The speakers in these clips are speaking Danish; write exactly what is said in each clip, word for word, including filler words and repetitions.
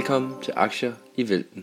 Velkommen til Aktier i Vælten.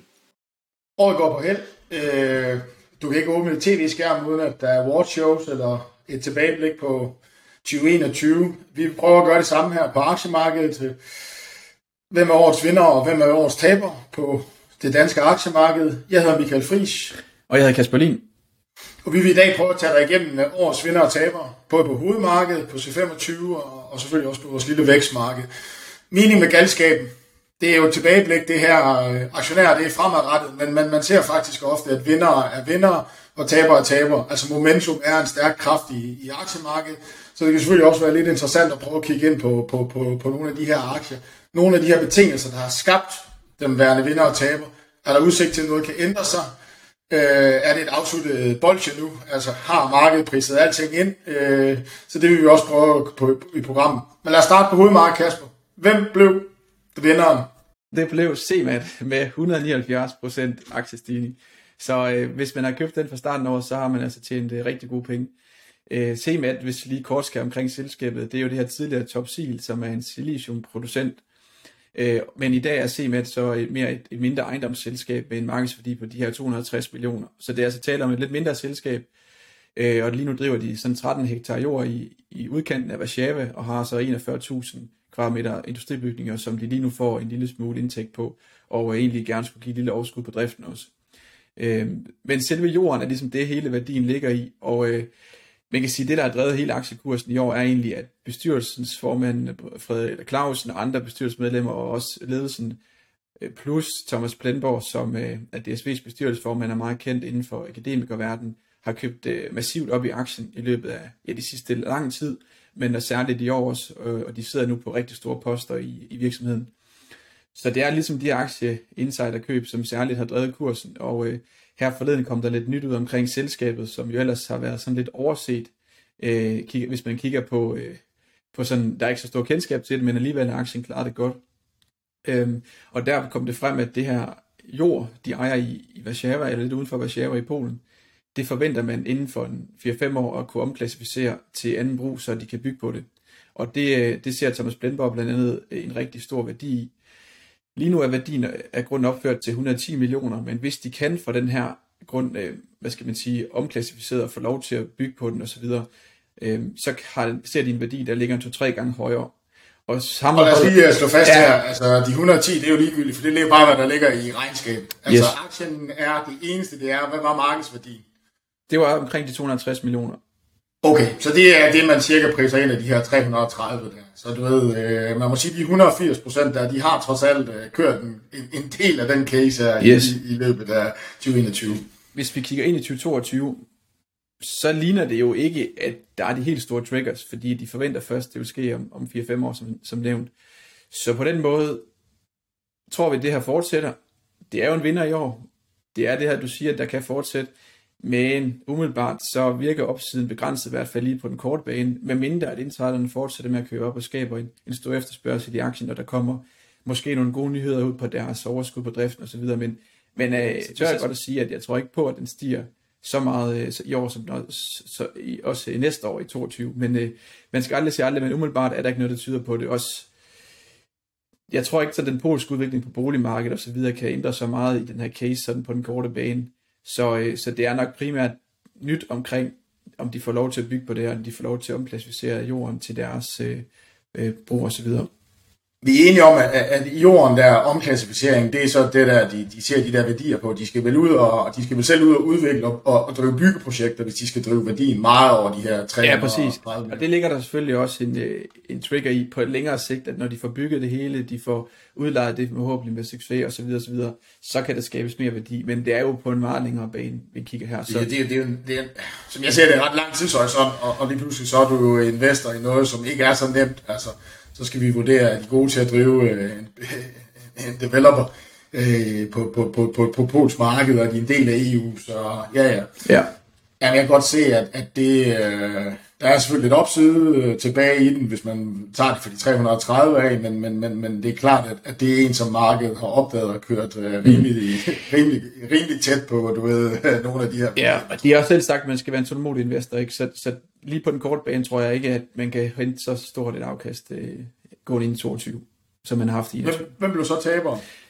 Året går på held. Øh, du kan ikke åbne et tv-skærm uden at der er award shows eller et tilbageblik på tyve enogtyve. Vi prøver at gøre det samme her på aktiemarkedet. Hvem er årets vinder og hvem er årets taber på det danske aktiemarked? Jeg hedder Michael Friis. Og jeg hedder Kasper Lin. Og vi vil i dag prøve at tage dig igennem årets vinder og taber, både på hovedmarkedet, på C femogtyve og, og selvfølgelig også på vores lille vækstmarked. Mening med galskaben, det er jo et tilbageblik, det her aktionærer, det er fremadrettet, men man, man ser faktisk ofte, at vindere er vindere og tabere er tabere. Altså momentum er en stærk kraft i, i aktiemarkedet, så det kan selvfølgelig også være lidt interessant at prøve at kigge ind på, på, på, på nogle af de her aktier. Nogle af de her betingelser, der har skabt dem værende vinder og taber. Er der udsigt til, at noget kan ændre sig? Øh, er det et afsluttet bolsje nu? Altså har markedet priset alting ind? Øh, så det vil vi også prøve på, på, i programmet. Men lad os starte på hovedmarkedet, Kasper. Hvem blev vinderen? Det blev C M A T med et hundrede og nioghalvfjerds procent aktiestigning. Så øh, hvis man har købt den fra starten af året, så har man altså tjent øh, rigtig gode penge. Øh, C M A T, hvis vi lige kort skal omkring selskabet, det er jo det her tidligere Topsil, som er en siliciumproducent. Øh, men i dag er C M A T så et, mere et, et mindre ejendomsselskab med en markedsværdi på de her to hundrede og tres millioner. Så det er altså tale om et lidt mindre selskab. Øh, og lige nu driver de sådan tretten hektar jord i, i udkanten af Warszawa og har så enogfyrre tusind kvadratmeter industribygninger, som de lige nu får en lille smule indtægt på, og egentlig gerne skulle give et lille overskud på driften også. Øh, men selve jorden er ligesom det, hele værdien ligger i, og øh, man kan sige, at det, der har drevet hele aktiekursen i år, er egentlig, at bestyrelsens formand, Frederik Clausen og andre bestyrelsesmedlemmer, og også ledelsen, plus Thomas Plenborg, som er D S V's bestyrelsesformand, er meget kendt inden for akademikerverdenen, har købt massivt op i aktien i løbet af ja, de sidste lang tid, men er særligt i år også, og de sidder nu på rigtig store poster i, i virksomheden. Så det er ligesom de aktie-insiderkøb, som særligt har drevet kursen, og øh, her forleden kom der lidt nyt ud omkring selskabet, som jo ellers har været sådan lidt overset, øh, kigger, hvis man kigger på, øh, på sådan, der er ikke så stor kendskab til det, men alligevel er aktien klaret det godt. Øhm, og der kom det frem, at det her jord, de ejer i, i Warszawa, eller lidt uden for Warszawa i Polen, det forventer man inden for fire til fem år at kunne omklassificere til anden brug, så de kan bygge på det. Og det, det ser Thomas Plenborg blandt andet en rigtig stor værdi i. Lige nu er værdien af grunden opført til et hundrede og ti millioner, men hvis de kan for den her grund, hvad skal man sige, omklassificeret og få lov til at bygge på den osv., så har, ser de en værdi, der ligger en to-tre gange højere. Og, og lad os lige slå fast ja. her, altså de et hundrede og ti, det er jo ligegyldigt, for det er bare, hvad der ligger i regnskabet. Altså yes. Aktien er det eneste, det er, hvad var markedsværdien? Det var omkring de to hundrede og tres millioner. Okay, så det er det, man cirka priser ind af de her tre hundrede og tredive der. Så du ved, øh, man må sige, de et hundrede og firs procent der, de har trods alt øh, kørt en, en del af den case her yes. i, i løbet af tyve enogtyve. Hvis vi kigger ind i tyve toogtyve, så ligner det jo ikke, at der er de helt store triggers, fordi de forventer først, det vil ske om, om fire til fem år, som, som nævnt. Så på den måde tror vi, at det her fortsætter. Det er jo en vinder i år. Det er det her, du siger, der kan fortsætte. Men umiddelbart så virker opsiden begrænset, i hvert fald lige på den korte bane, med mindre at insiderne fortsætter med at købe op og skaber en, en stor efterspørgsel i aktien, når der kommer måske nogle gode nyheder ud på deres overskud på driften osv. Men, men øh, tør jeg godt at sige, at jeg tror ikke på, at den stiger så meget øh, så i år, som den også, så i, også i næste år i toogtyve. Men øh, man skal aldrig sige aldrig, men umiddelbart er der ikke noget, der tyder på det. Også, jeg tror ikke, at den polske udvikling på boligmarkedet og så videre kan ændre så meget i den her case sådan på den korte bane. Så, øh, så det er nok primært nyt omkring, om de får lov til at bygge på det her, om de får lov til at omklassificere jorden til deres øh, øh, brug og så videre. Vi er enige om, at, at jorden der omklassificering, det er så det der, de, de ser de der værdier på. De skal vel ud og de skal vel selv ud og udvikle og, og, og drive byggeprojekter, hvis de skal drive værdien meget over de her tre hundrede og tredive. Ja, præcis. Og det ligger der selvfølgelig også en, en trigger i på et længere sigt, at når de får bygget det hele, de får udlejet det forhåbentlig med succes og så videre, så videre, så kan der skabes mere værdi. Men det er jo på en meget længere bane, vi kigger her. Så. Det, det, det, det, det, som jeg ser, det er en ret lang tidshorisont, og, og lige pludselig så er du jo investor i noget, som ikke er så nemt. Altså, så skal vi vurdere, at de er gode til at drive øh, en, en developer øh, på, på, på, på, på polsk marked, og de er en del af E U, så ja, ja. Ja. Ja, jeg kan godt se, at, at det, øh, der er selvfølgelig lidt opside øh, tilbage i den, hvis man tager det for de tre hundrede og tredive af, men, men, men, men det er klart, at, at det er en, som markedet har opdaget og kørt øh, rimelig, rimelig, rimelig tæt på, du ved, nogle af de her. Ja, og de har også selv sagt, at man skal være en tålmodig investor, ikke? Så, så lige på den korte bane tror jeg ikke, at man kan hente så stort et afkast øh, gående ind i toogtyve, som man har haft i. Hvem, hvem blev så taber?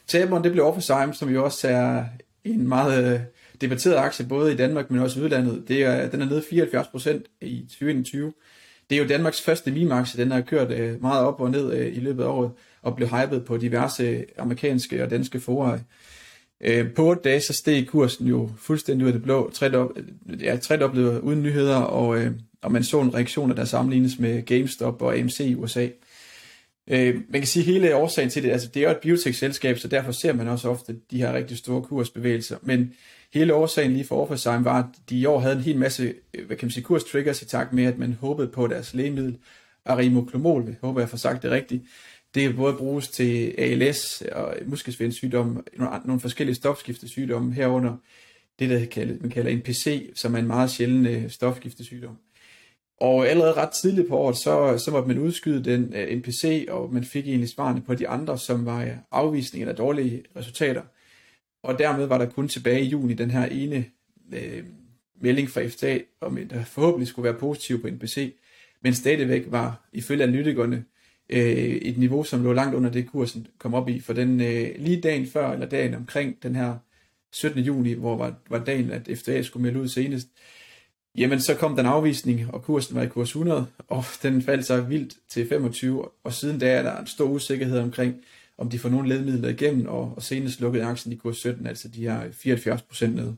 taberen, det blev Orpheusheim, som jo også er en meget øh, debatteret aktie, både i Danmark, men også i udlandet. Det er, den er nede fireoghalvfjerds procent i tyve enogtyve. Det er jo Danmarks første meme-aktie, den har kørt øh, meget op og ned øh, i løbet af året, og blev hypet på diverse amerikanske og danske fora. Øh, på otte dage, så steg kursen jo fuldstændig ud af det blå, tredoblet, ja, tredoblet uden nyheder, og, øh, og man så en reaktion, der sammenlignes med GameStop og A M C i U S A. Øh, man kan sige, at hele årsagen til det, altså det er jo et biotech-selskab, så derfor ser man også ofte de her rigtig store kursbevægelser, men hele årsagen lige for Orpheusheim var, at de i år havde en hel masse, hvad kan man sige, kurstriggers i takt med, at man håbede på deres lægemiddel, arimoclomol, jeg håber jeg får sagt det rigtigt. Det kan både bruges til A L S og muskelsvindssygdomme, nogle forskellige stofskiftesygdomme, herunder det, der man kalder N P C, som er en meget sjælden stofskiftesygdom. Og allerede ret tidligt på året, så, så måtte man udskyde den N P C, og man fik egentlig svarene på de andre, som var afvisning eller dårlige resultater. Og dermed var der kun tilbage i juni den her ene øh, melding fra F D A, om der forhåbentlig skulle være positiv på N P C, men stadigvæk var ifølge analytikerne øh, et niveau, som lå langt under det kursen kom op i, for den øh, lige dagen før, eller dagen omkring den her syttende juni, hvor var, var dagen, at F D A skulle melde ud senest, jamen så kom den afvisning, og kursen var i kurs hundrede, og den faldt så vildt til femogtyve, og siden da er der en stor usikkerhed omkring, om de får nogle lægemidler igennem, og, og senest lukkede aktien i kurs sytten, altså de her fireoghalvfjerds procent nede.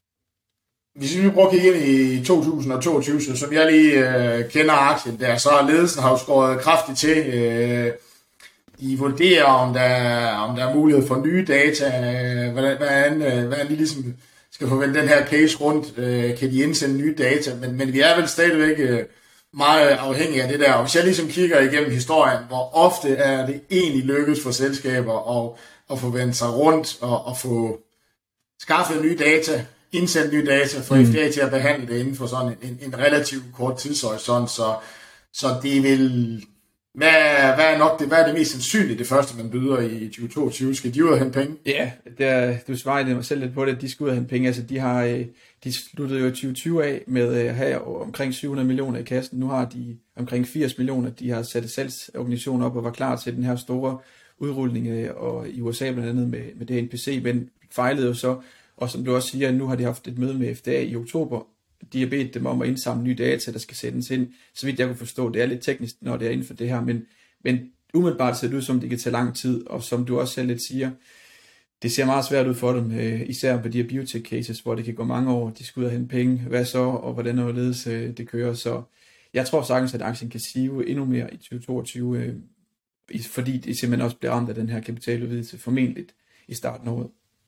Hvis vi prøver at kigge ind i to tusind og toogtyve, så som jeg lige øh, kender aktien der, så har ledelsen har jo skåret kraftigt til. Øh, de vurderer, om der, om der er mulighed for nye data, øh, hvordan, hvordan, øh, hvordan de ligesom skal forvente den her case rundt, øh, kan de indsende nye data, men, men vi er vel stadigvæk øh, meget afhængige af det der. Og hvis jeg ligesom kigger igennem historien, hvor ofte er det egentlig lykkes for selskaber at, at få vendt sig rundt og at få skaffet nye data, indsendt nye data, for mm. F D A til at behandle det inden for sådan en, en relativt kort tidshorisont, så, så det vil... Hvad, hvad er nok det, hvad er det mest sandsynligt, det første, man byder i tyve toogtyve? Skal de ud og hente penge? Ja, der, du svarede mig selv lidt på det, at de skal ud og hente penge. Altså, de, har, de sluttede jo i tyve tyve af med at have omkring syv hundrede millioner i kassen. Nu har de omkring firs millioner. De har sat salgsorganisationer op og var klar til den her store udrulning, og i U S A blandt andet med, med det N P C, men fejlede jo så. Og som du også siger, nu har de haft et møde med F D A i oktober. De har bedt dem om at indsamle nye data, der skal sættes ind. Så vidt jeg kunne forstå, det er lidt teknisk, når det er inden for det her, men, men umiddelbart ser det ud som, det kan tage lang tid, og som du også selv lidt siger, det ser meget svært ud for dem, især på de her biotech cases, hvor det kan gå mange år, de skal ud og hente penge, hvad så, og hvordan overledes det kører. Så jeg tror sagtens, at aktien kan sive endnu mere i tyve toogtyve, fordi det simpelthen også bliver ramt af den her kapitaludvidelse, formentlig i starten af året.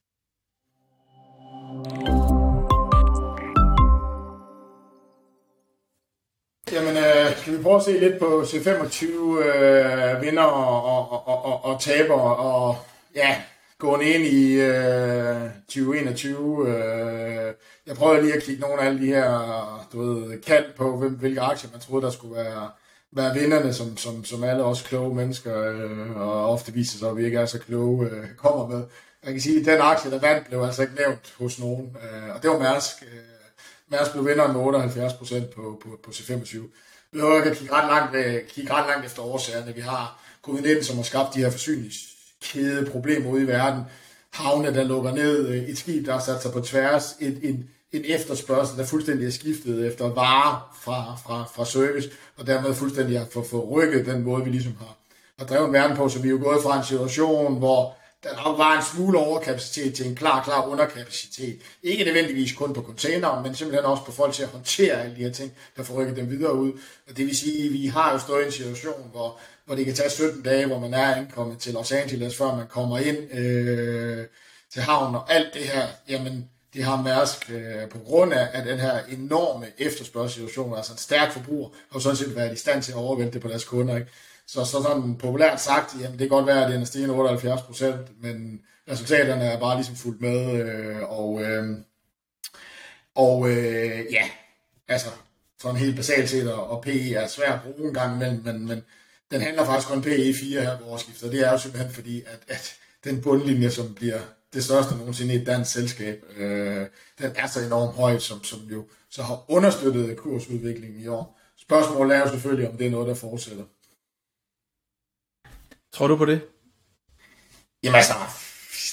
Jamen, øh, skal vi prøve at se lidt på C femogtyve øh, vinder og, og, og, og, og taber, og ja, gående ind i øh, tyve enogtyve. Øh, jeg prøver lige at kigge nogle af alle de her, du ved, kald på, hvem, hvilke aktier man troede, der skulle være, være vinderne, som, som, som alle også kloge mennesker, øh, og ofte viser sig, at vi ikke er så kloge, øh, kommer med. Jeg kan sige, at den aktie, der vandt, blev altså ikke nævnt hos nogen, øh, og det var Mærsk. Øh, Mærsk blev vinderen med otteoghalvfjerds procent på, på, på C femogtyve. Vi har jo ikke kigge ret langt, kigge ret langt efter årsagerne. Vi har covid nitten, som har skabt de her forsyningskædeproblemer ude i verden. Havne, der lukker ned. Et skib, der har sat sig på tværs. En, en, en efterspørgsel, der fuldstændig er skiftet efter varer fra, fra, fra service, og dermed fuldstændig har forrykket den måde, vi ligesom har, har drevet verden på. Så vi er jo gået fra en situation, hvor der nok var en smule overkapacitet til en klar, klar underkapacitet. Ikke nødvendigvis kun på containere, men simpelthen også på folk til at håndtere alle de her ting, der får rykket dem videre ud. Og det vil sige, at vi har jo stået i en situation, hvor, hvor det kan tage sytten dage, hvor man er ankommet til Los Angeles, før man kommer ind øh, til havnen, og alt det her, jamen, det har Mærsk øh, på grund af, af den her enorme efterspørgselssituation, altså en stærk forbruger, har sådan set været i stand til at overvælde det på deres kunder, ikke? Så, så sådan populært sagt, jamen det kan godt være, at den er stigende otteoghalvfjerds procent, men resultaterne er bare ligesom fuldt med, øh, og, øh, og øh, ja, altså sådan helt basalt set, og P E er svært at bruge en gang imellem, men, men den handler faktisk kun P E fire her på årsskiftet, og det er jo simpelthen fordi, at, at den bundlinje, som bliver det største nogensinde i et dansk selskab, øh, den er så enormt høj, som, som jo så har understøttet kursudviklingen i år. Spørgsmålet er jo selvfølgelig, om det er noget, der fortsætter. Tror du på det? Jamen altså,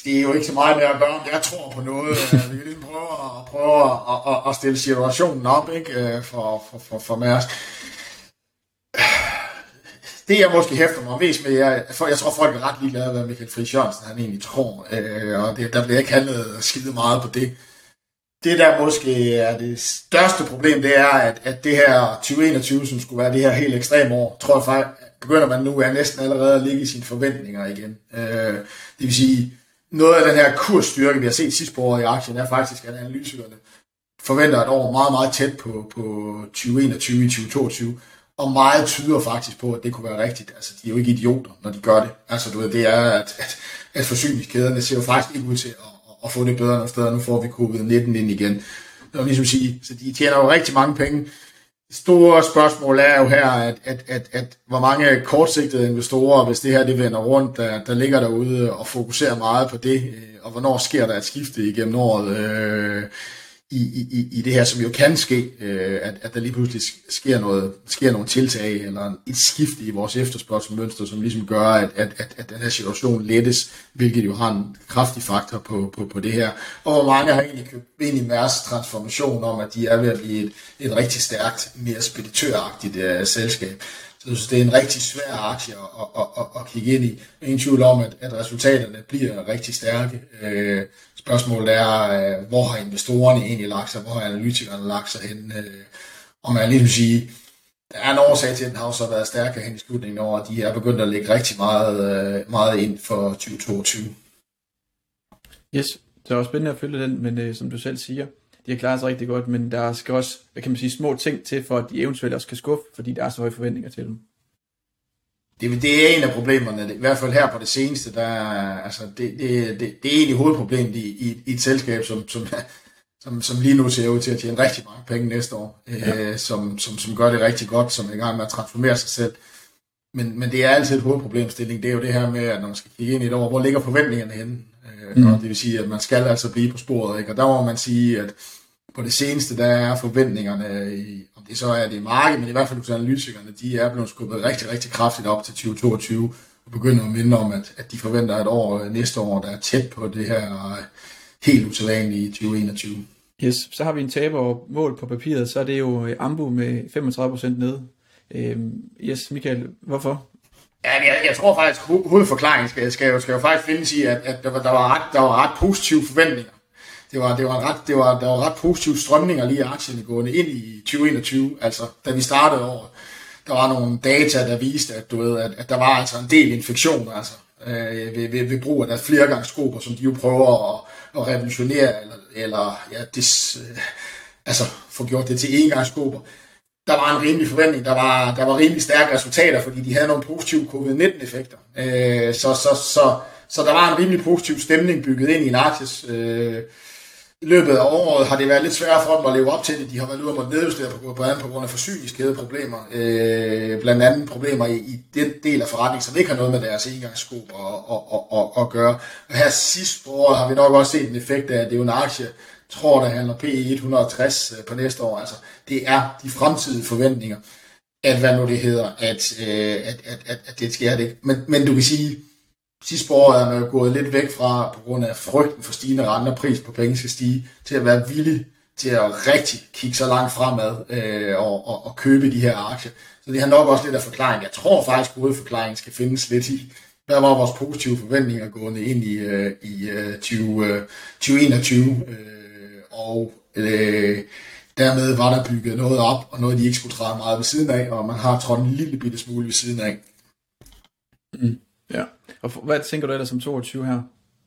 det er jo ikke så meget med at gøre, om jeg tror på noget. Vi kan ligesom prøve at, prøve at, at, at stille situationen op, ikke, for, for, for, for Mærsk. Det jeg måske hæfter mig mest med, jeg, for jeg tror folk er ret ligeglade, hvad Michael Friis Jørgensen han egentlig tror, øh, og det, der bliver ikke handlet skide meget på det. Det der måske er det største problem, det er, at, at det her tyve enogtyve, som skulle være det her helt ekstreme år, tror jeg faktisk, begynder man nu er næsten allerede at ligge i sine forventninger igen. Øh, det vil sige, noget af den her kursstyrke, vi har set sidste år i aktien, er faktisk, at analytikerne forventer et år meget, meget tæt på, på tyve enogtyve i tyve toogtyve. Og meget tyder faktisk på, at det kunne være rigtigt. Altså, de er jo ikke idioter, når de gør det. Altså, du ved, det er, at, at, at forsyningskæderne ser jo faktisk ikke ud til at, at, at få det bedre nogle steder. Nu får vi covid nitten ind igen. Det vil ligesom sige, så de tjener jo rigtig mange penge. Det store spørgsmål er jo her, at, at, at, at hvor mange kortsigtede investorer, hvis det her det vender rundt, der, der ligger derude og fokuserer meget på det, og hvornår sker der et skifte igennem året, øh, I, i, i det her, som jo kan ske, øh, at, at der lige pludselig sker noget, sker nogle tiltag, eller et skifte i vores efterspørgselsmønster, som ligesom gør, at, at, at, at den her situation lettes, hvilket jo har en kraftig faktor på, på, på det her. Og hvor mange har egentlig købt ind i Mærsks transformation om, at de er ved at blive et, et rigtig stærkt, mere speditøragtigt uh, selskab. Så jeg synes, det er en rigtig svær aktie at, at, at, at kigge ind i. Ingen tvivl om, at, at resultaterne bliver rigtig stærke. Øh, spørgsmålet er, øh, hvor har investorerne egentlig lagt sig? Hvor har analytikerne lagt sig hen? Øh, og man kan ligesom sige, der er en årsag til, at den har også været stærkere hen i slutningen over, at de er begyndt at lægge rigtig meget, øh, meget ind for tyve toogtyve. Yes, det er også spændende at følge den, men øh, som du selv siger, de har klaret sig rigtig godt, men der skal også, hvad kan man sige, små ting til, for at de eventuelt også kan skuffe, fordi der er så høje forventninger til dem. Det, det er en af problemerne, i hvert fald her på det seneste, der, altså det, det, det, det er egentlig hovedproblemet i, i, i et selskab, som, som, som, som lige nu ser ud til at tjene rigtig mange penge næste år, ja. øh, som, som, som gør det rigtig godt, som er i gang med at transformere sig selv. Men, men det er altid et hovedproblemstilling, det er jo det her med, at når man skal kigge ind i et år, hvor ligger forventningerne henne? Mm. Og det vil sige, at man skal altså blive på sporet, ikke? Og der må man sige, at på det seneste, der er forventningerne, i, om det så er det i markedet, men i hvert fald hos analytikerne, de er blevet skubbet rigtig, rigtig kraftigt op til tyve toogtyve, og begynder at minde om, at, at de forventer et år næste år, der er tæt på det her helt usædvanlige tyve enogtyve. Yes, så har vi en taber mål på papiret, så er det jo Ambu med femogtredive procent nede. Øhm, yes, Michael, hvorfor? Ja, jeg, jeg tror faktisk, at ho- hovedforklaringen skal, skal, jo, skal jo faktisk findes i, at, at der, var, der, var ret, der var ret positive forventninger. Det var, det var ret, det var, der var ret positive strømninger lige i aktierne gående ind i tyve enogtyve, altså da vi startede året. Der var nogle data, der viste, at, du ved, at, at der var altså en del infektioner, altså, øh, ved, ved, ved brug af deres flergangsgrupper, som de jo prøver at, at revolutionere, eller, eller ja, des, øh, altså, få gjort det til engangsgrupper. Der var en rimelig forventning, der var, der var rimelig stærke resultater, fordi de havde nogle positive covid nitten effekter. Øh, så, så, så, så der var en rimelig positiv stemning bygget ind i en akties. Øh, I løbet af året har det været lidt svært for dem at leve op til det. De har været ude og måtte nedjustere på, på, på grund af forsyningskædeproblemer. Øh, blandt andet problemer i, i den del af forretningen, som ikke har noget med deres engangsgrupper at, at, at, at, at gøre. Og her sidste år har vi nok også set en effekt af, at det er jo en aktie, tror, der handler P E et hundrede og tres på næste år. Altså, det er de fremtidige forventninger, at hvad nu det hedder, at, øh, at, at, at, at det sker det ikke. Men, men du kan sige, sidste år er man gået lidt væk fra, på grund af frygten for stigende renter, pris på penge skal stige, til at være villig til at rigtig kigge så langt fremad øh, og, og, og købe de her aktier. Så det har nok også lidt af forklaring. Jeg tror faktisk, at hovedforklaringen skal findes lidt i, hvad var vores positive forventninger gående ind i, øh, i øh, tyve enogtyve, øh, og øh, dermed var der bygget noget op, og noget de ikke skulle træde meget ved siden af, og man har trådt en lille bitte smule ved siden af. Mm, ja, og hvad tænker du ellers som toogtyve her?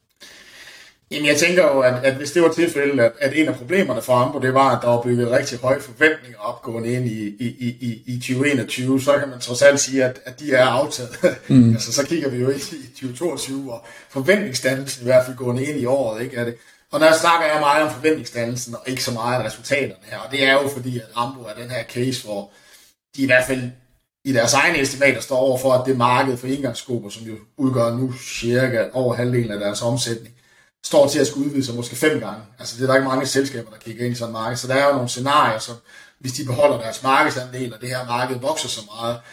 Jamen jeg tænker jo, at, at hvis det var tilfældet, at, at en af problemerne for Ambu, det var, at der var bygget rigtig høje forventninger opgående ind i, i, i, i tyve enogtyve, så kan man trods alt sige, at, at de er aftaget. Mm. Altså så kigger vi jo ind i tyve toogtyve, og forventningsdannelsen i hvert fald gående ind i året, ikke er det? Og der snakker jeg meget om forventningsdannelsen, og ikke så meget af resultaterne her. Og det er jo fordi, at Ambu er den her case, hvor de i hvert fald i deres egne estimater står over for, at det marked for engangsgrupper, som jo udgør nu cirka over halvdelen af deres omsætning, står til at skulle udvide sig måske fem gange. Altså det er der ikke mange selskaber, der kigger ind i sådan et marked. Så der er jo nogle scenarier, som hvis de beholder deres markedsandel, og det her marked vokser så meget,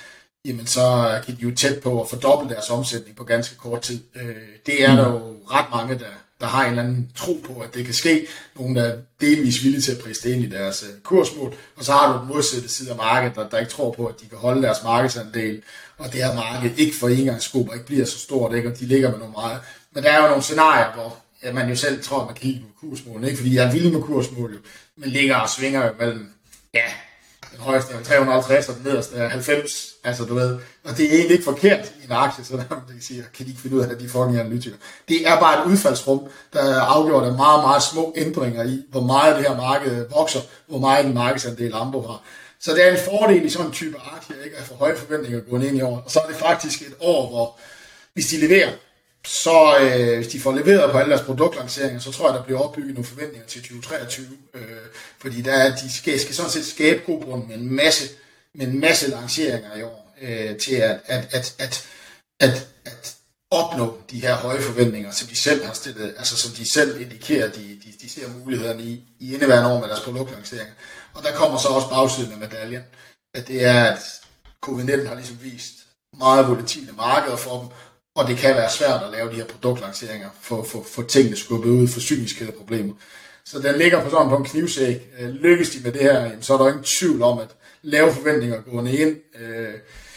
jamen så kan de jo tæt på at fordoble deres omsætning på ganske kort tid. Det er der jo ret mange, der, der har en eller anden tro på, at det kan ske. Nogle, der er delvis villige til at presse det ind i deres kursmål. Og så har du den modsatte side af markedet, der, der ikke tror på, at de kan holde deres markedsandel. Og det her marked ikke for engangsgrupper ikke bliver så stort, ikke? Og de ligger med nogle meget. Men der er jo nogle scenarier, hvor ja, man jo selv tror, at man kan kigge på kursmålene. Ikke fordi jeg er vild med kursmål, jo. Men ligger og svinger jo mellem, ja, den højeste er tre hundrede og halvtreds, og den nederste er halvfems. Altså, du ved. Og det er egentlig ikke forkert i en aktie, så der man kan sige, kan de ikke finde ud af, at de fucking analytikere. Det er bare et udfaldsrum, der er afgjort af meget, meget små ændringer i, hvor meget det her marked vokser, hvor meget den markedsandel Ambo har. Så det er en fordel i sådan en type aktie, ikke at få høje forventninger gående ind i år. Og så er det faktisk et år, hvor hvis de leverer, så øh, hvis de får leveret på alle deres produktlanceringer, så tror jeg, der bliver opbygget nogle forventninger til tyve treogtyve. Øh, fordi der er, de skal, skal sådan set skabe grobund med en masse, med en masse lanceringer i år, øh, til at, at, at, at, at, at opnå de her høje forventninger, som de selv har stillet, altså som de selv indikerer, de, de, de ser mulighederne i, i indeværende år med deres produktlanceringer. Og der kommer så også bagsiden af medaljen, at det er, at covid nitten har ligesom vist meget volatile markeder for dem, og det kan være svært at lave de her produktlanceringer for, for, for tingene skubbet ud, forsyningskædeproblemer. Så den ligger på sådan på en knivsæk. Lykkes de med det her, så er der ingen tvivl om, at lave forventninger gående ind, øh,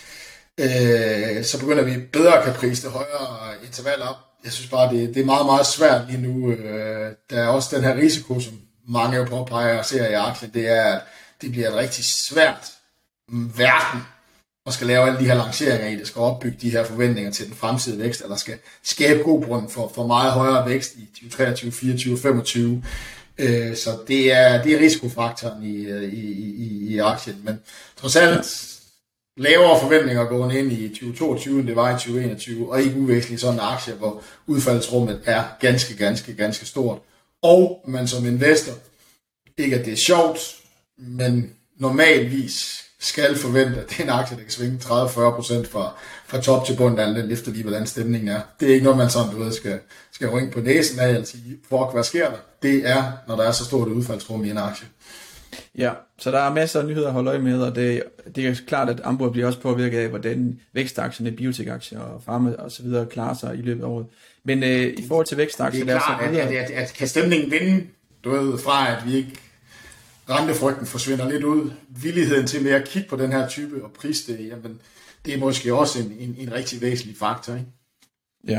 øh, så begynder vi bedre at kan prise det højere interval op. Jeg synes bare, det, det er meget, meget svært lige nu. Øh, der er også den her risiko, som mange jo påpeger og ser i aktien, det er, at det bliver et rigtig svært verden og skal lave alle de her lanceringer i, det skal opbygge de her forventninger til den fremtidige vækst, eller skal skabe god grund for, for meget højere vækst i tyve treogtyve, fireogtyve, femogtyve. Øh, så det er, det er risikofaktoren i, i, i, i aktien. Men trods alt lavere forventninger gående ind i tyve toogtyve, end det var i tyve enogtyve, og ikke uvæsentligt sådan en aktie, hvor udfaldsrummet er ganske, ganske, ganske stort. Og man som investor, ikke at det er sjovt, men normalvis skal forvente, at det er en aktie, der kan svinge tredive til fyrre procent fra, fra top til bund, alt efter lige, hvordan stemningen er. Det er ikke noget, man sådan, du ved, skal, skal ringe på næsen af, eller sige, fuck, hvad sker der? Det er, når der er så stort et udfaldsrum i en aktie. Ja, så der er masser af nyheder at holde øje med, og det, det er klart, at Ambo bliver også påvirket af, hvordan vækstaktierne, biotekaktier og farma og så videre klarer sig i løbet af året. Men øh, i forhold til vækstaktier... Det er klart, at, at, at, at kan stemningen vinde, du ved, fra at vi ikke... Rentefrygten forsvinder lidt ud. Villigheden til mere at kigge på den her type og prise det, jamen, det er måske også en, en, en rigtig væsentlig faktor, ikke? Ja.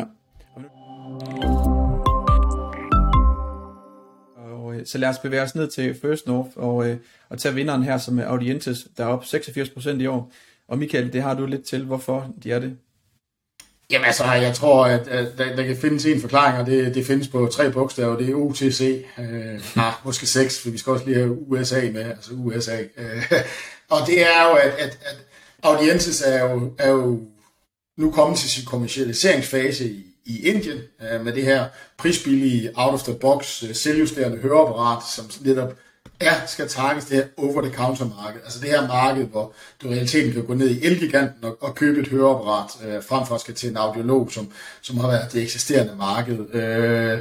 Og, så lad os bevæge os ned til First North og, og tage vinderen her, som er Audientes, der er op seksogfirs procent i år. Og Michael, det har du lidt til, hvorfor de er det? Jamen altså, jeg tror, at, at der, der kan findes en forklaring, og det, det findes på tre bogstaver. Det er O T C, øh, ah, måske seks, for vi skal også lige have U S A med, altså U S A. Øh, og det er jo, at, at, at Audientes er jo, er jo nu kommet til sin kommercialiseringsfase i, i Indien, øh, med det her prisbillige out-of-the-box øh, selvjusterende høreapparat, som netop ja, skal targets det her over-the-counter-marked. Altså det her marked, hvor du i realiteten kan gå ned i Elgiganten og, og købe et høreapparat, øh, frem for at skal til en audiolog, som, som har været det eksisterende marked. Øh,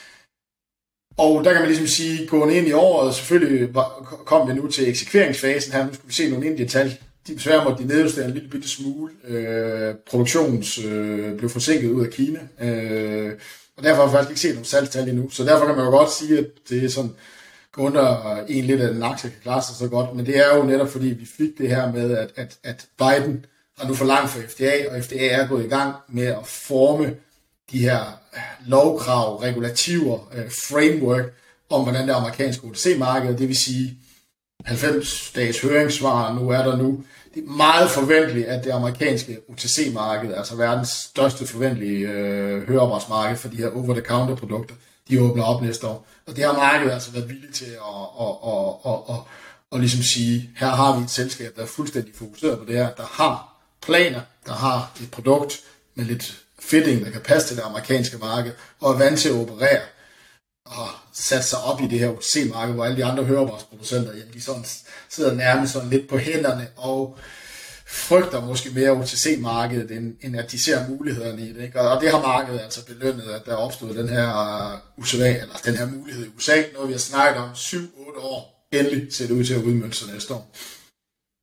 og der kan man ligesom sige, gående ind i året, selvfølgelig var, kom vi nu til eksekveringsfasen her, nu skulle vi se nogle indietal. De besvær måtte de nedjustere en lille bitte smule. Øh, produktions øh, blev forsinket ud af Kina. Øh, og derfor har vi faktisk ikke set nogle salgstal endnu. Så derfor kan man jo godt sige, at det er sådan, under en lidt af den aktie kan klare sig så godt, men det er jo netop fordi vi fik det her med, at, at, at Biden har nu forlangt for F D A, og F D A er gået i gang med at forme de her lovkrav, regulativer, framework om, hvordan det amerikanske O T C-marked, det vil sige halvfems dages høringssvar, nu er der nu. Det er meget forventeligt, at det amerikanske O T C-marked, altså verdens største forventelige øh, høreapparatsmarked for de her over-the-counter-produkter, de åbner op næste år. Og det har markedet altså været villigt til at, at, at, at, at, at ligesom sige, her har vi et selskab, der er fuldstændig fokuseret på det her, der har planer, der har et produkt med lidt fitting, der kan passe til det amerikanske marked, og er vant til at operere og sat sig op i det her O T C-marked, hvor alle de andre høreapparatsproducenter, jamen, de sådan, sidder nærmest sådan lidt på hænderne og frygter måske mere O T C-markedet, end, end at de ser mulighederne i det. Ikke? Og det har markedet altså belønnet, at der er opstået den her U S A, eller den her mulighed i U S A, noget vi har snakket om syv otte år. Endelig ser det ud til at udmønte sig næste år.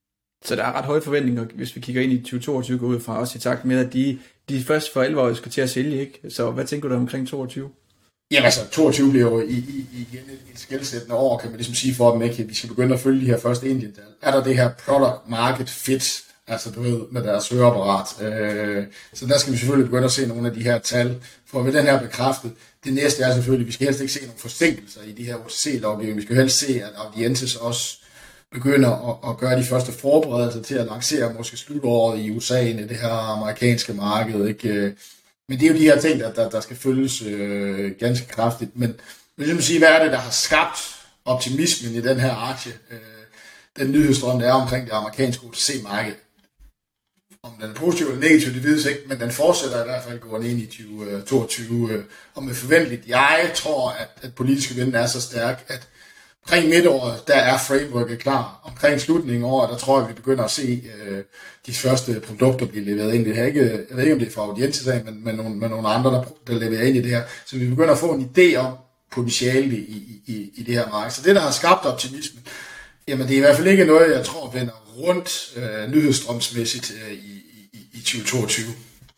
så der er ret høje forventninger, hvis vi kigger ind i tyve toogtyve, går ud fra, også i takt med, at de, de først for alvor skal til at sælge, ikke? Så hvad tænker du omkring toogtyve? Jamen altså, toogtyve bliver jo i, i, igen et, et skældsættende år, kan man ligesom sige for dem, ikke? Vi skal begynde at følge de her første indie-tal. Er der det her product market fit, altså du ved, med deres høreapparat. Øh, så der skal vi selvfølgelig begynde at se nogle af de her tal, for ved den her bekræftet. Det næste er selvfølgelig, at vi skal helst ikke se nogle forsinkelser i de her O T C-lovgivning. Vi skal helst se, at Audientes også begynder at, at gøre de første forberedelser til at lancere måske slutåret i U S A i det her amerikanske marked, ikke? Men det er jo de her ting, der, der, der skal følges øh, ganske kraftigt. Men jeg vil sige, hvad er det, der har skabt optimismen i den her aktie? Øh, den nyhedsstrøm, der er omkring det amerikanske O T C-marked. Om den er positiv eller negativ, det vides ikke, men den fortsætter i hvert fald gående ind i tyve toogtyve. Øh, og med forventeligt, jeg tror, at, at politiske vinden er så stærk, at omkring midtåret, der er frameworket klar. Omkring slutningen af året, der tror jeg, at vi begynder at se øh, de første produkter blive leveret ind. Det her ikke, jeg ved ikke, om det er fra Audientes, men med nogle, med nogle andre, der, der leverer ind i det her. Så vi begynder at få en idé om potentialet i, i, i, i det her marked. Så det, der har skabt optimismen, jamen det er i hvert fald ikke noget, jeg tror vender rundt øh, nyhedsstrømsmæssigt øh, i, i, i tyve toogtyve.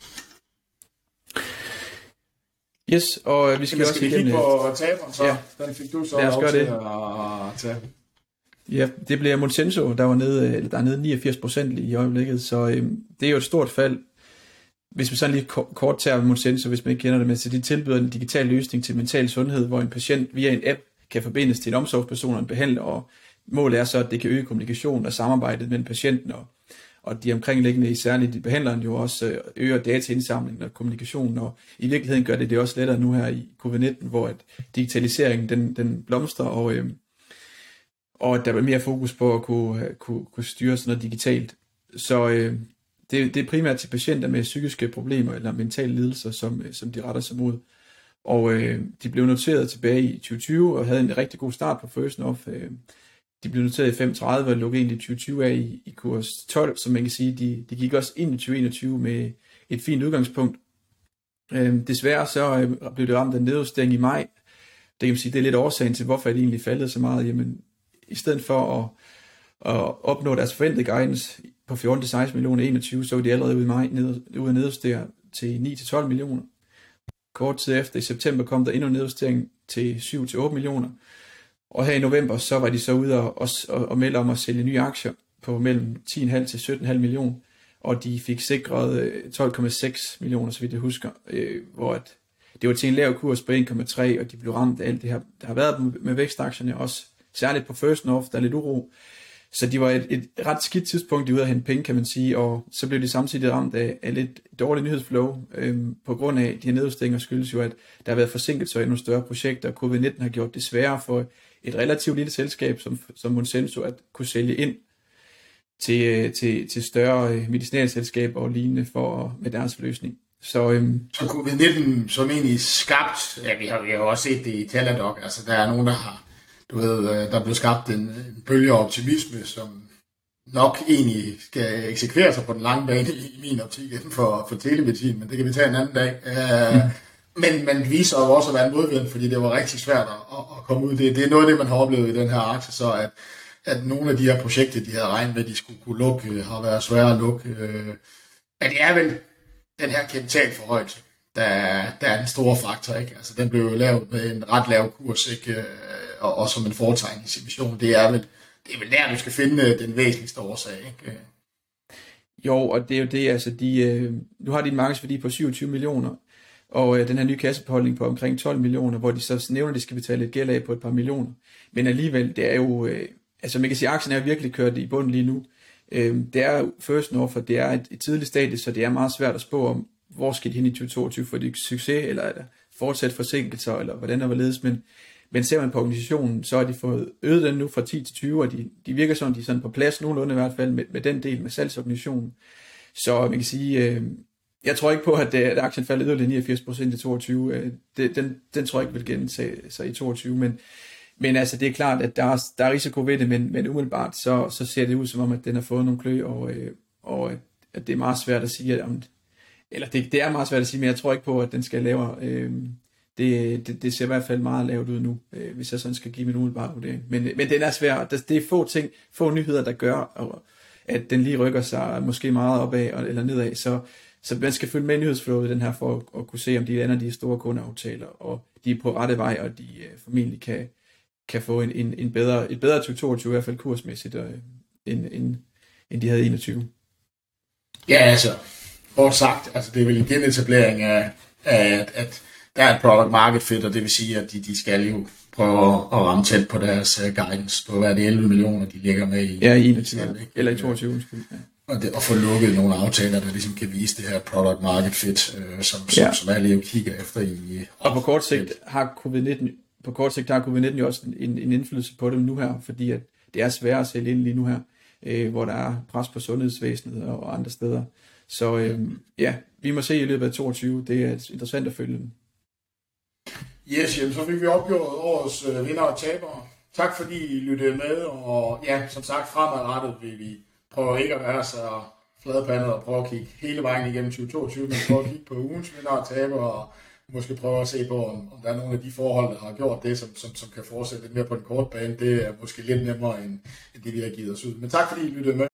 Yes, og vi skal, skal også vi kigge på taberen, så ja. Den fik du så lov til det. at tage. Ja, det bliver Monsenso, der var nede, eller der er nede niogfirs procent i øjeblikket, så øhm, det er jo et stort fald. Hvis vi sådan lige kort tager Monsenso, hvis man ikke kender det med, så de tilbyder en digital løsning til mental sundhed, hvor en patient via en app kan forbindes til en omsorgsperson og en behandler, og målet er så, at det kan øge kommunikationen og samarbejdet mellem patienten og, og de omkringliggende, særligt de behandleren jo også øger dataindsamlingen og kommunikationen, og i virkeligheden gør det det også lettere nu her i covid nitten, hvor at digitaliseringen den, den blomstrer, og, øhm, og at der er mere fokus på at kunne, kunne, kunne styre sådan noget digitalt. Så øh, det, det er primært til patienter med psykiske problemer eller mentale lidelser, som, som de retter sig mod. Og øh, de blev noteret tilbage i tyve tyve og havde en rigtig god start på First North. Øh, de blev noteret i fem tredive og lukkede egentlig tyve tyve af i, i kurs tolv, så man kan sige, de, de gik også ind i tyve enogtyve med et fint udgangspunkt. Øh, desværre så øh, blev det ramt af nedjustering i maj. Det kan man sige, det er lidt årsagen til, hvorfor det egentlig faldet så meget. Jamen, i stedet for at, at opnå deres forventede guidance på fjorten til seksten millioner i enogtyve, så var de allerede ude i maj ned, ude at nedjustere til ni til tolv millioner. Kort tid efter i september kom der endnu en nedjustering til syv til otte millioner. Og her i november, så var de så ude og, og, og melde om at sælge nye aktier på mellem ti komma fem til sytten komma fem millioner. Og de fik sikret tolv komma seks millioner, så vidt jeg husker, øh, hvor at det var til en lav kurs på en komma tre, og de blev ramt af alt det her, der har været med vækstaktierne, også særligt på First North, der er lidt uro. Så de var et, et ret skidt tidspunkt, de ude at hente penge, kan man sige, og så blev de samtidig ramt af, af lidt dårlig nyhedsflow, øhm, på grund af de her nedjusteringer skyldes jo, at der har været forsinkelser i nogle større projekter, og covid nitten har gjort det sværere for et relativt lille selskab, som, som Monsenso, at kunne sælge ind til, til, til større medicinalselskaber og lignende for, med deres løsning. Så, øhm, så covid nitten som egentlig skabt, ja, vi har, vi har også set det i Teladoc, altså der er nogen, der har, du ved, der blev skabt en, en bølge af optimisme, som nok egentlig skal eksekvere sig på den lange bane i min optik inden for, for telemedicin, men det kan vi tage en anden dag. Uh, mm. Men man viser jo også at være en modvind, fordi det var rigtig svært at, at komme ud. Det, det er noget af det, man har oplevet i den her aktie, så at, at nogle af de her projekter, de havde regnet med, at de skulle kunne lukke, har været svære at lukke. Uh, men det er vel den her kapitalforhøjelse, der, der er en stor faktor, ikke? Altså den blev jo lavet med en ret lav kurs, ikke? Og også som en foretegningsemission. Det er vel, det er vel der, du skal finde den væsentligste årsag, ikke? Jo, og det er jo det, altså de, øh, nu har de en markedsværdi på syvogtyve millioner, og øh, den her nye kassebeholdning på omkring tolv millioner, hvor de så nævner, at de skal betale et gæld af på et par millioner. Men alligevel, det er jo, øh, altså man kan sige, at aktien er virkelig kørt i bunden lige nu. Øh, det er First North, for det er et, et tidligt stadie, så det er meget svært at spå om, hvor skal de hen i tyve toogtyve, for det er succes, eller er der fortsat forsinkelser, eller hvordan der var ledes, men Men ser man på organisationen, så har de fået øget den nu fra ti til tyve, og de, de virker sådan, de er sådan på plads nogenlunde i hvert fald med, med den del med salgsorganisationen. Så man kan sige, øh, jeg tror ikke på, at, at aktien falder yderligere niogfirs procent i toogtyve. Øh, det, den, den tror jeg ikke vil gentage sig i toogtyve, men, men altså det er klart, at der er, der er risiko ved det, men, men umiddelbart så, så ser det ud som om, at den har fået nogle klø, og, øh, og at det er meget svært at sige, at om, eller det, det er meget svært at sige, men jeg tror ikke på, at den skal lavere. Øh, Det, det, det ser i hvert fald meget lavt ud nu, øh, hvis jeg sådan skal give min umiddelbare vurdering. Men, men den er svær. Det er få ting, få nyheder, der gør, at den lige rykker sig måske meget opad eller nedad, så, så man skal følge med i nyhedsflowet den her for at, at kunne se, om de ender de store kundeaftaler, og de er på rette vej, og de uh, formentlig kan, kan få en, en, en bedre, et bedre tyve toogtyve, i hvert fald kursmæssigt, uh, end, end, end de havde enogtyve. Ja, altså, kort sagt, altså det er vel en genetablering af, af at, at der er et product market fit, og det vil sige, at de, de skal jo prøve at ramme tæt på deres uh, guidance på, hvad er det, elleve millioner, de ligger med i. Ja, i enogtyve, ja, eller i toogtyve. Ja. Og, det, og få lukket nogle aftaler, der ligesom kan vise det her product market fit, øh, som, ja. som, som alle jo kigger efter i. Og på kort sigt har covid nitten, på kort sigt har covid nitten jo også en, en indflydelse på dem nu her, fordi at det er svært at sælge ind lige nu her, øh, hvor der er pres på sundhedsvæsenet og, og andre steder. Så øh, ja, vi må se i løbet af toogtyve. Det er interessant at følge dem. Yes, jamen, så fik vi opgjort årets øh, vinder og tabere. Tak fordi I lyttede med, og ja, som sagt, fremadrettet vil vi prøve ikke at være så fladpandet og prøve at kigge hele vejen igennem tyve toogtyve, men prøve at kigge på ugens vinder og tabere, og måske prøve at se på, om, om der er nogle af de forhold, der har gjort det, som, som, som kan fortsætte lidt mere på den korte bane. Det er måske lidt nemmere, end, end det vi har givet os ud. Men tak fordi I lyttede med.